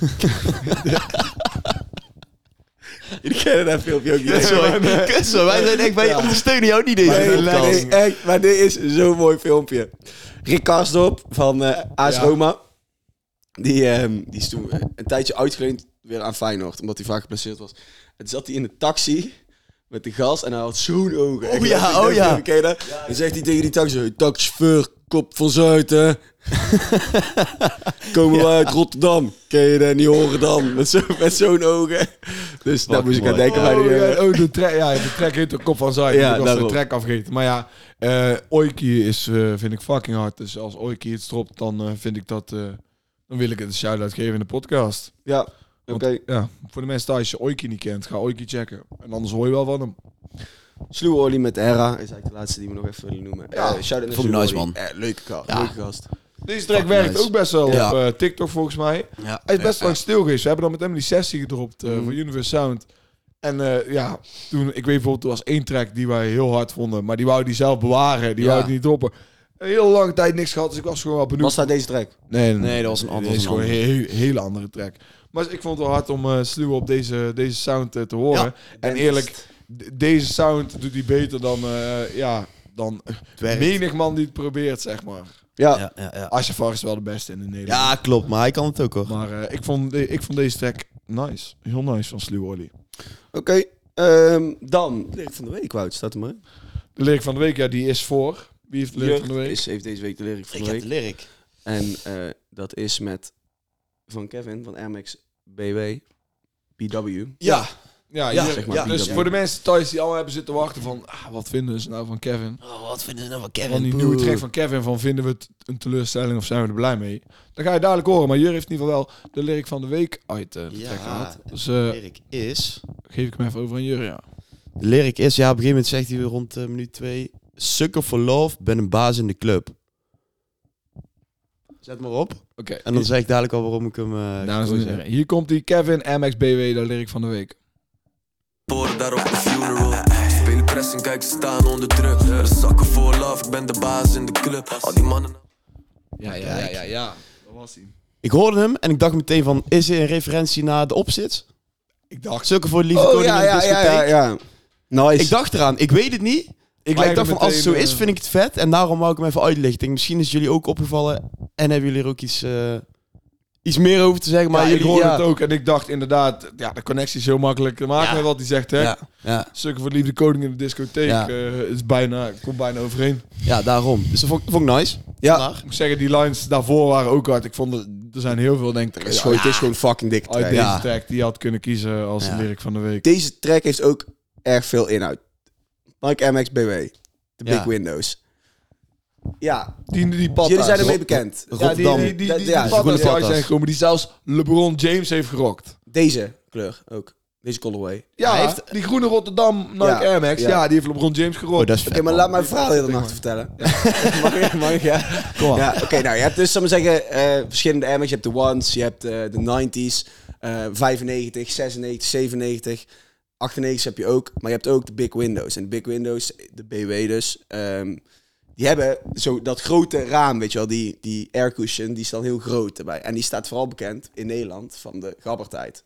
Jullie kennen dat filmpje ook niet. Kut zo, hè. Kut zo. Wij zijn echt, wij Ja. ondersteunen jou niet deze Nee, podcast. nee, echt, maar dit is zo'n mooi filmpje. Rick Karsdorp van uh, AS Ja. Roma. Die, ehm, die is toen een tijdje uitgeleend weer aan Feyenoord, omdat hij vaak geblesseerd was. En toen zat hij in de taxi met de gast en hij had zo'n ogen. Oh Echt, ja, ik oh denk, ja. ken je dat? Dan zegt hij tegen die taxi, hey, taxichauffeur, kop van Zuid, hè. Komen we uit Rotterdam. Ken je dat niet horen dan? Met zo- met zo'n ogen. Dus daar Wat moest ik aan mooi. denken bij Oh, die... eh, ja, oh, de track, ja, de track heet de Kop van Zuid. Ja, ik was de daarom. track afgegeten. Maar ja, uh, Oiki is, uh, vind ik fucking hard. Dus als Oiki het dropt, dan uh, vind ik dat... Uh, dan wil ik het een shout-out geven in de podcast. Ja, oké. Want, ja, voor de mensen thuis, als je Oiki niet kent, ga Oiki checken. En anders hoor je wel van hem. Sluwe Olly met Hera is eigenlijk de laatste die we nog even willen noemen. Ja, Eh, shout-out naar vond ik Sluwe nice, Olly. man. Eh, leuke gast. Ja. Leuke gast. Deze track Fucking werkt nice. ook best wel Ja. op uh, TikTok volgens mij. Ja. Hij is best Ja, lang stil geweest. We hebben dan met hem die sessie gedropt uh, Mhm. voor Universe Sound. En uh, ja, toen, ik weet bijvoorbeeld, er was één track die wij heel hard vonden. Maar die wou die zelf bewaren. Die Ja. wou ik niet droppen. Een hele lange tijd niks gehad, dus ik was gewoon wel benieuwd. Was dat deze track? Nee, Nee, dat was een andere- Dit is was een gewoon een andere. he- hele andere track. Maar ik vond het wel hard om uh, Sluwe op deze, deze sound uh, te horen. Ja. En eerlijk, d- deze sound doet hij beter dan, uh, ja, dan Het werkt. menig man die het probeert, zeg maar. Ja. Ja, ja, ja. Asjafar is wel de beste in de Nederland. Ja, klopt. Maar hij kan het ook, hoor. Maar uh, ik, vond de, ik vond deze track nice. Heel nice van Sluwe Olly. Oké. ehm, dan, lyric van de week, Wout. Staat er maar. De lyric van de week, ja, die is voor. Wie heeft de lyric van de week? Is, heeft deze week de lyric van Ik de heb week. de lyric. En eh, dat is met van Kevin van Air Max B W. B W. Ja. Ja, Ja, hier- zeg maar, ja, wie dus dat- voor de mensen thuis die allemaal hebben zitten wachten van... Ah, wat vinden ze nou van Kevin? Oh, wat vinden ze nou van Kevin? Van die nieuwe track van Kevin, van vinden we het een teleurstelling of zijn we er blij mee? Dan ga je dadelijk horen. Maar Jur heeft in ieder geval wel de lyric van de week uit uh, de Ja. track gehad. Dus De uh, lyric is... geef ik hem even over aan Jur, ja. De lyric is, ja, op een gegeven moment zegt hij weer rond uh, minuut twee... Sucker for love, ben een baas in de club. Zet maar op. Oké. En dan zeg ik dadelijk al waarom ik hem... Uh, Dames en gekozen heren, hier komt die Kevin M X B W, de lyric van de week. Voor daar op de funeral. Speel stress en kijk ze staan onder druk. De zakken voor love, ik ben de baas in de club. Al die mannen... Ja, ja, ja, ja, ja. Dat was hij. Ik hoorde hem en ik dacht meteen van, is er een referentie naar de Opzits? Ik dacht... Zulke voor de lieve Oh, koning ja, in de ja, discotheek. ja, ja, ja. Nice. Ik dacht eraan, ik weet het niet. Ik, Maar ik dacht van, als het zo meteen, is, uh, vind ik het vet. En daarom wou ik hem even uitlichten. Misschien is het jullie ook opgevallen. En hebben jullie er ook iets, uh, iets meer over te zeggen. Maar Maar jullie, ik hoorde ja. het ook en ik dacht inderdaad, ja, de connectie is heel makkelijk te maken Ja. met wat hij zegt, hè. Ja, ja, Stukken voor de liefde koning in de discotheek Ja. uh, is bijna, komt bijna overeen. ja, daarom. Dus dat vond, vond ik nice. Ja. Vandaag. Ik moet zeggen, die lines daarvoor waren ook hard. Ik vond, er, er zijn heel veel, denk ik, Het is gewoon, het is gewoon fucking dik. uit deze Ja. track die je had kunnen kiezen als Ja. lyric van de week. Deze track heeft ook erg veel inhoud. Nike M X B W. De Ja. Big Windows. Ja, Die, die patas. jullie zijn ermee bekend. Ja, die, Rotterdam. die, die, die, Ja, die ja, patas goede die uit patas. zijn gekomen, die zelfs LeBron James heeft gerokt. Deze kleur ook. Deze colorway. Ja, Hij heeft- die groene Rotterdam Nike Ja, Air Max, ja. ja. die heeft LeBron James gerokt. Oh, dat is vet, Oké, maar man. laat mijn verhaal heel de nacht vertellen. mag ik? Mag ik, ja? Kom maar. Ja, oké, nou, je hebt dus, zal ik maar zeggen, eh, verschillende Air Max. Je hebt de ones, je hebt eh, de nineties, eh, vijfennegentig, zesennegentig, zevenennegentig, achtennegentig heb je ook. Maar je hebt ook de Big Windows. En de Big Windows, de B W dus, ehm, die hebben zo dat grote raam, weet je wel, die, die aircushion, die is dan heel groot erbij. En die staat vooral bekend in Nederland van de gabbertijd.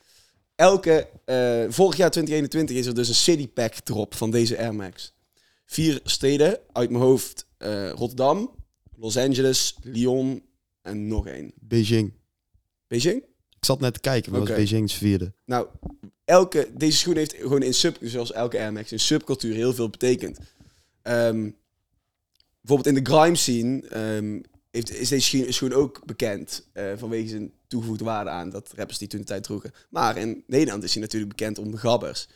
Elke, eh, vorig jaar twintig eenentwintig is er dus een city pack drop van deze Air Max. Vier steden, uit mijn hoofd, eh, Rotterdam, Los Angeles, Lyon en nog één. Beijing. Beijing? Ik zat net te kijken, maar Oké. was Beijing zijn vierde. Nou, elke, deze schoen heeft gewoon in sub, zoals elke Air Max, in subcultuur heel veel betekend. Ehm, bijvoorbeeld in de grime scene ehm, heeft, is deze schoen, schoen ook bekend eh, vanwege zijn toegevoegde waarde aan dat rappers die toen de tijd droegen. Maar in Nederland is hij natuurlijk bekend om de gabbers.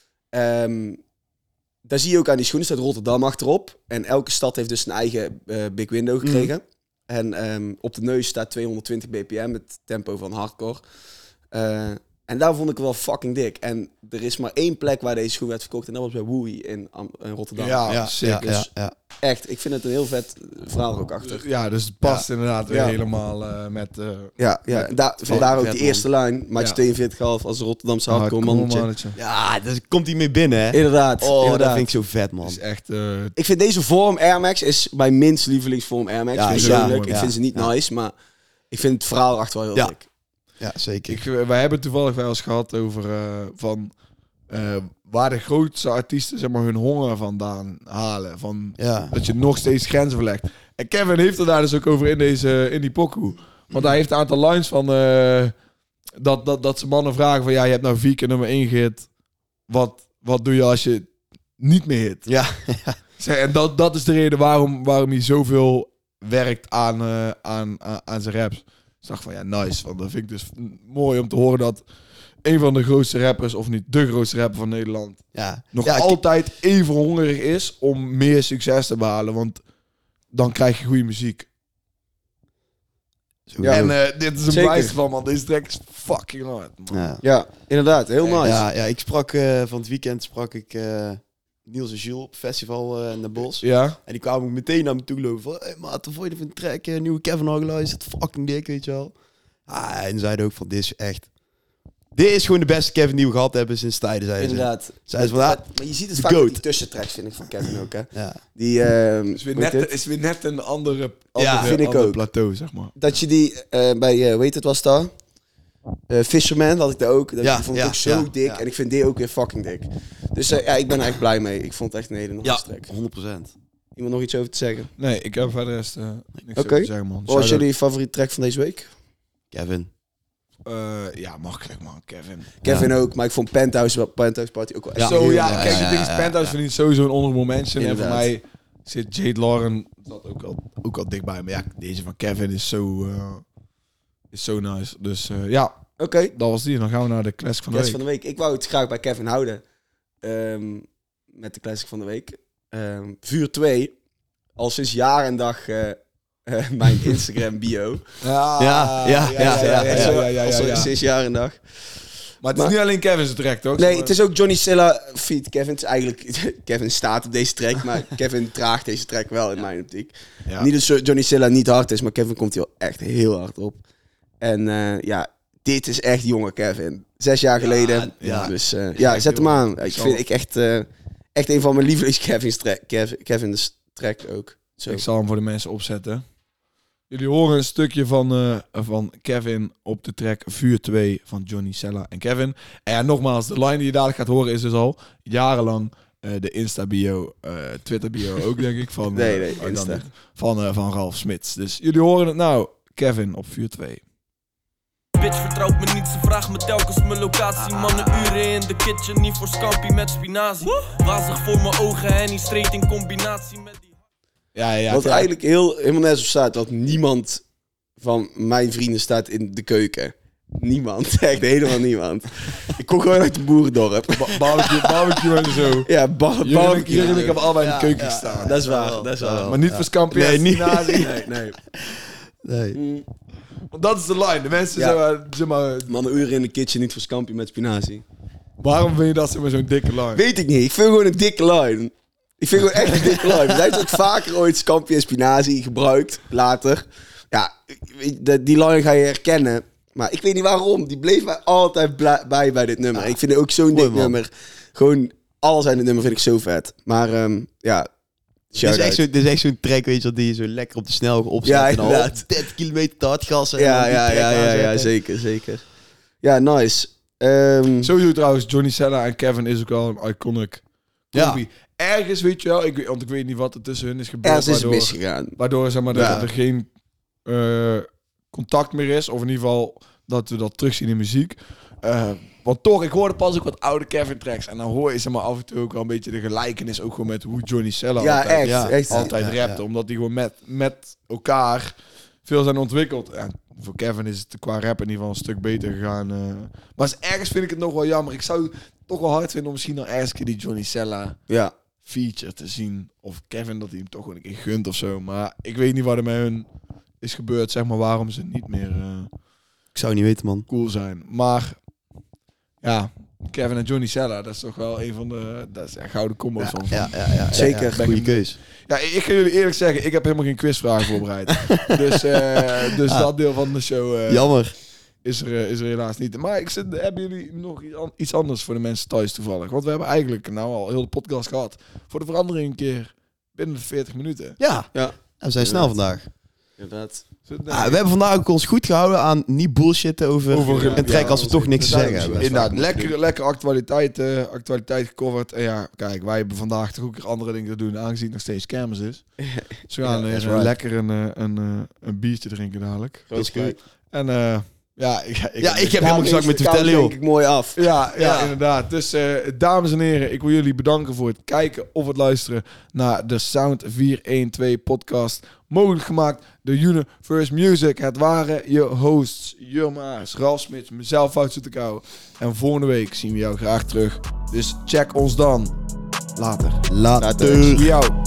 Ehm, daar zie je ook aan die schoenen, staat Rotterdam achterop. En elke stad heeft dus een eigen eh, Big Window gekregen. En ehm, op de neus staat tweehonderdtwintig B P M, het tempo van hardcore. Eh, en daar vond ik wel fucking dik. En er is maar één plek waar deze schoen werd verkocht en dat was bij Woei in, Am- in Rotterdam. Ja, ja, sick. ja, Dus- ja, ja. Echt, ik vind het een heel vet verhaal er ook achter. Ja, dus het past inderdaad weer Ja. helemaal uh, met... Uh, Ja, ja. Da- vandaar ook vet, die man. eerste lijn, maatje Ja. tweeënveertig komma vijf als Rotterdamse hardcore mannetje. Ja, daar komt hij mee binnen, hè? Inderdaad, Oh, inderdaad. dat vind ik zo vet, man. Het is echt... Uh, Ik vind deze vorm Air Max is mijn minst lievelingsvorm Air Max. Ja, persoonlijk. ja, ik vind ze niet ja. nice, maar ik vind het verhaal achter wel heel Ja. dik. Ja, zeker. ik, uh, wij hebben toevallig wel eens gehad over uh, van... Uh, waar de grootste artiesten zeg maar, hun honger vandaan halen. Van, Ja. Dat je nog steeds grenzen verlegt. En Kevin heeft er daar dus ook over in, deze, in die pokoe. Want hij heeft een aantal lines van... Uh, dat, dat, dat ze mannen vragen van... Ja, je hebt nou vier keer nummer één gehit. Wat, wat doe je als je niet meer hit? Ja. Zeg, en dat, dat is de reden waarom, waarom hij zoveel werkt aan, uh, aan, aan, aan zijn raps. Ik dacht van ja, nice. Want dat vind ik dus mooi om te horen dat... een van de grootste rappers, of niet de grootste rapper van Nederland... Ja. nog ja, altijd even hongerig is om meer succes te behalen. Want dan krijg je goede muziek. Zo. Ja. En uh, dit is een Zeker. bewijs van, man. Deze track is fucking hard, man. Ja. Ja, inderdaad. Heel nice. Ja, ja, ik sprak uh, van het weekend sprak ik uh, Niels en Jules op het festival uh, in Den Bosch. Ja? En die kwamen meteen naar me toe lopen van... Hey maat, wat vond je van een track? Uh, nieuwe Kevin Aguilar, is het fucking dik, weet je wel. Ah, en zeiden ook van, dit is echt... Dit is gewoon de beste Kevin die we gehad hebben sinds tijden, zeiden ze. Inderdaad. Zij van, ah, maar, maar je ziet het de vaak met goat. die tussentracks, vind ik, van Kevin ook, hè. Ja. Die, ehm, Is weer, hoe heet net, het? is weer net een andere, Ja, andere, vind ik ander ook. plateau, zeg maar. Dat je die eh, bij, uh, weet het was daar? Uh, Fisherman had ik daar ook. Dat Ja, ik vond het ja, ook zo ja, dik. ja. En ik vind die ook weer fucking dik. Dus uh, ja, ik ben er echt blij mee. Ik vond het echt een hele nice Ja, track. honderd procent. Iemand nog iets over te zeggen? Nee, ik heb verder rest, uh, niks Oké. over te zeggen, man. Wat was Shout-out. jullie favoriete track van deze week? Kevin. Uh, ja, makkelijk, man. Kevin. Kevin ook, maar ik vond Penthouse, Penthouse Party ook wel echt Ja. Zo, heel ja, nice. kijk, ja, het ding is, ja, Penthouse ja. verdient sowieso een honorable mention. En voor Inderdaad. mij zit Jade Lauren dat ook al, ook al dichtbij. Maar ja, deze van Kevin is zo, uh, is zo nice. Dus uh, ja, Oké, dat was die. En dan gaan we naar de classic van de classic week. van de week. Ik wou het graag bij Kevin houden. Ehm, met de classic van de week. Ehm, Vuur twee. Al sinds jaar en dag uh, uh, mijn Instagram bio. Ja, Ja, ja, ja, ja, ja, ja, ja, ja, ja, Al ja, ja. Sinds jaar en dag. Maar het is Maar- niet alleen Kevin's track, toch? Nee, het is ook Johnny Silla feat. Kevin het is eigenlijk... Kevin staat op deze track, maar Kevin draagt deze track wel in mijn optiek. Ja. Niet dat zo- Johnny Silla niet hard is, maar Kevin komt hier wel echt heel hard op. En uh, ja, dit is echt jonge Kevin. Zes jaar geleden. ja. Dus uh, Is ja, echt zet hem heel- aan. Ik zal- vind ik echt... Uh, echt een van mijn lievelings Kevin's track, Kev, Kevin's track ook. Zo. Ik zal hem voor de mensen opzetten. Jullie horen een stukje van, uh, van Kevin op de track Vuur twee van Johnny Sella en Kevin. En ja, nogmaals, de line die je dadelijk gaat horen is dus al jarenlang uh, de Insta-bio, uh, Twitter-bio ook, denk ik. Van, uh, nee, nee, uh, Insta. dan, van, uh, van Ralf Smits. Dus jullie horen het nou. Kevin op Vuur twee. Bitch vertrouwt me niet, ze vraagt me telkens mijn locatie. Mannen uren in de kitchen, niet voor scampi met spinazie. Wazig voor mijn ogen en die streed in combinatie met die... Ja, ja, Wat ja. eigenlijk heel, helemaal nergens op staat, dat niemand van mijn vrienden staat in de keuken. Niemand, echt helemaal niemand. Ik kom gewoon uit het boerendorp. Ba- barbecue, barbecue en zo. Ja, bar- Jullie barbecue. en ik hebben allebei in de Ja, keuken ja, gestaan. Dat is waar, Wel, dat is wel. waar. Maar niet voor scampi en Nee, niet. spinazie. Nee, nee. Nee. Mm. Want dat is de line. De mensen Ja. zeggen, uh, zeg maar, Mannen uren in de kitchen, niet voor scampi met spinazie. waarom vind je dat zeg maar, zo'n dikke line? Weet ik niet, ik vind gewoon een dikke line. Ik vind gewoon echt een dikke line. Er zijn ook vaker ooit scampi en spinazie gebruikt, later. Ja, die line ga je herkennen. Maar ik weet niet waarom. Die bleef mij altijd bla- bij bij dit nummer. Ik vind het ook zo'n Mooi, dik man. nummer. Gewoon alles aan dit nummer vind ik zo vet. Maar um, ja, Dit is, shout echt out. zo, dit is echt zo'n track, weet je, dat die je zo lekker op de snelweg opzet. Ja, en dan inderdaad. op dertig kilometer te hard gassen. en Ja, dan die ja, track ja, ja, ja, aanzetten. zeker, zeker. Ja, nice. Um, Sowieso trouwens, Johnny Sella en Kevin is ook wel een iconic Ja. combi. Ergens, weet je wel, ik weet, want ik weet niet wat er tussen hun is gebeurd. ergens is het waardoor, misgegaan. waardoor zeg maar, dat Ja. er geen uh, contact meer is. Of in ieder geval dat we dat terugzien in muziek. Uh, want toch, ik hoorde pas ook wat oude Kevin tracks. En dan hoor je zeg maar, af en toe ook wel een beetje de gelijkenis ook gewoon met hoe Johnny Sella Ja, altijd, echt, ja, echt. altijd Ja, rapte. ja. Omdat die gewoon met, met elkaar veel zijn ontwikkeld. En voor Kevin is het qua rap in ieder geval een stuk beter gegaan. Uh. Maar is, ergens vind ik het nog wel jammer. Ik zou toch wel hard vinden om misschien nog ergens een keer die Johnny Sella Ja. feature te zien. Of Kevin dat hij hem toch gewoon een keer gunt of zo. Maar ik weet niet wat er met hun is gebeurd. Zeg maar waarom ze niet meer uh, Ik zou het niet weten, man. cool zijn. Maar ja, Kevin en Johnny Sella, dat is toch wel een van de... Dat is echt gouden combo's Ja, van. ja, ja, ja, Zeker. ja, ja. Goeie keus. Ja, ik ga jullie eerlijk zeggen, ik heb helemaal geen quizvragen voorbereid. dus uh, dus Ah. dat deel van de show uh, Jammer. is, er, uh, is er helaas niet. Maar ik zit, hebben jullie nog iets an- iets anders voor de mensen thuis toevallig? Want we hebben eigenlijk nou al heel de podcast gehad. Voor de verandering een keer binnen de veertig minuten. Ja. Ja. We zijn snel vandaag. Inderdaad. Zit- Ah, we hebben vandaag ook ons goed gehouden aan niet bullshitten over, Over- een track ja, als we toch niks te inderdaad, zeggen hebben. Inderdaad, lekker, lekker actualiteit, uh, actualiteit gecoverd. En ja, kijk, wij hebben vandaag toch ook weer andere dingen te doen, aangezien het nog steeds kermis is. Dus we gaan Ja, uh, that's uh, right. lekker een, uh, een, uh, een biertje drinken dadelijk. Groot gelijk. En uh, ja, ik, ik, Ja, ik heb helemaal Daarom gezakt met te is- vertellen, daarom joh. denk ik mooi af. Ja, ja, Ja. inderdaad. Dus uh, dames en heren, ik wil jullie bedanken voor het kijken of het luisteren naar de Sound vier een twee podcast. Mogelijk gemaakt door Universe Music. Het waren je hosts, Jurma's, Ralf Smits, mezelf, Fout Zoetekouw. En volgende week zien we jou graag terug. Dus check ons dan. Later. Later. Later. Yo.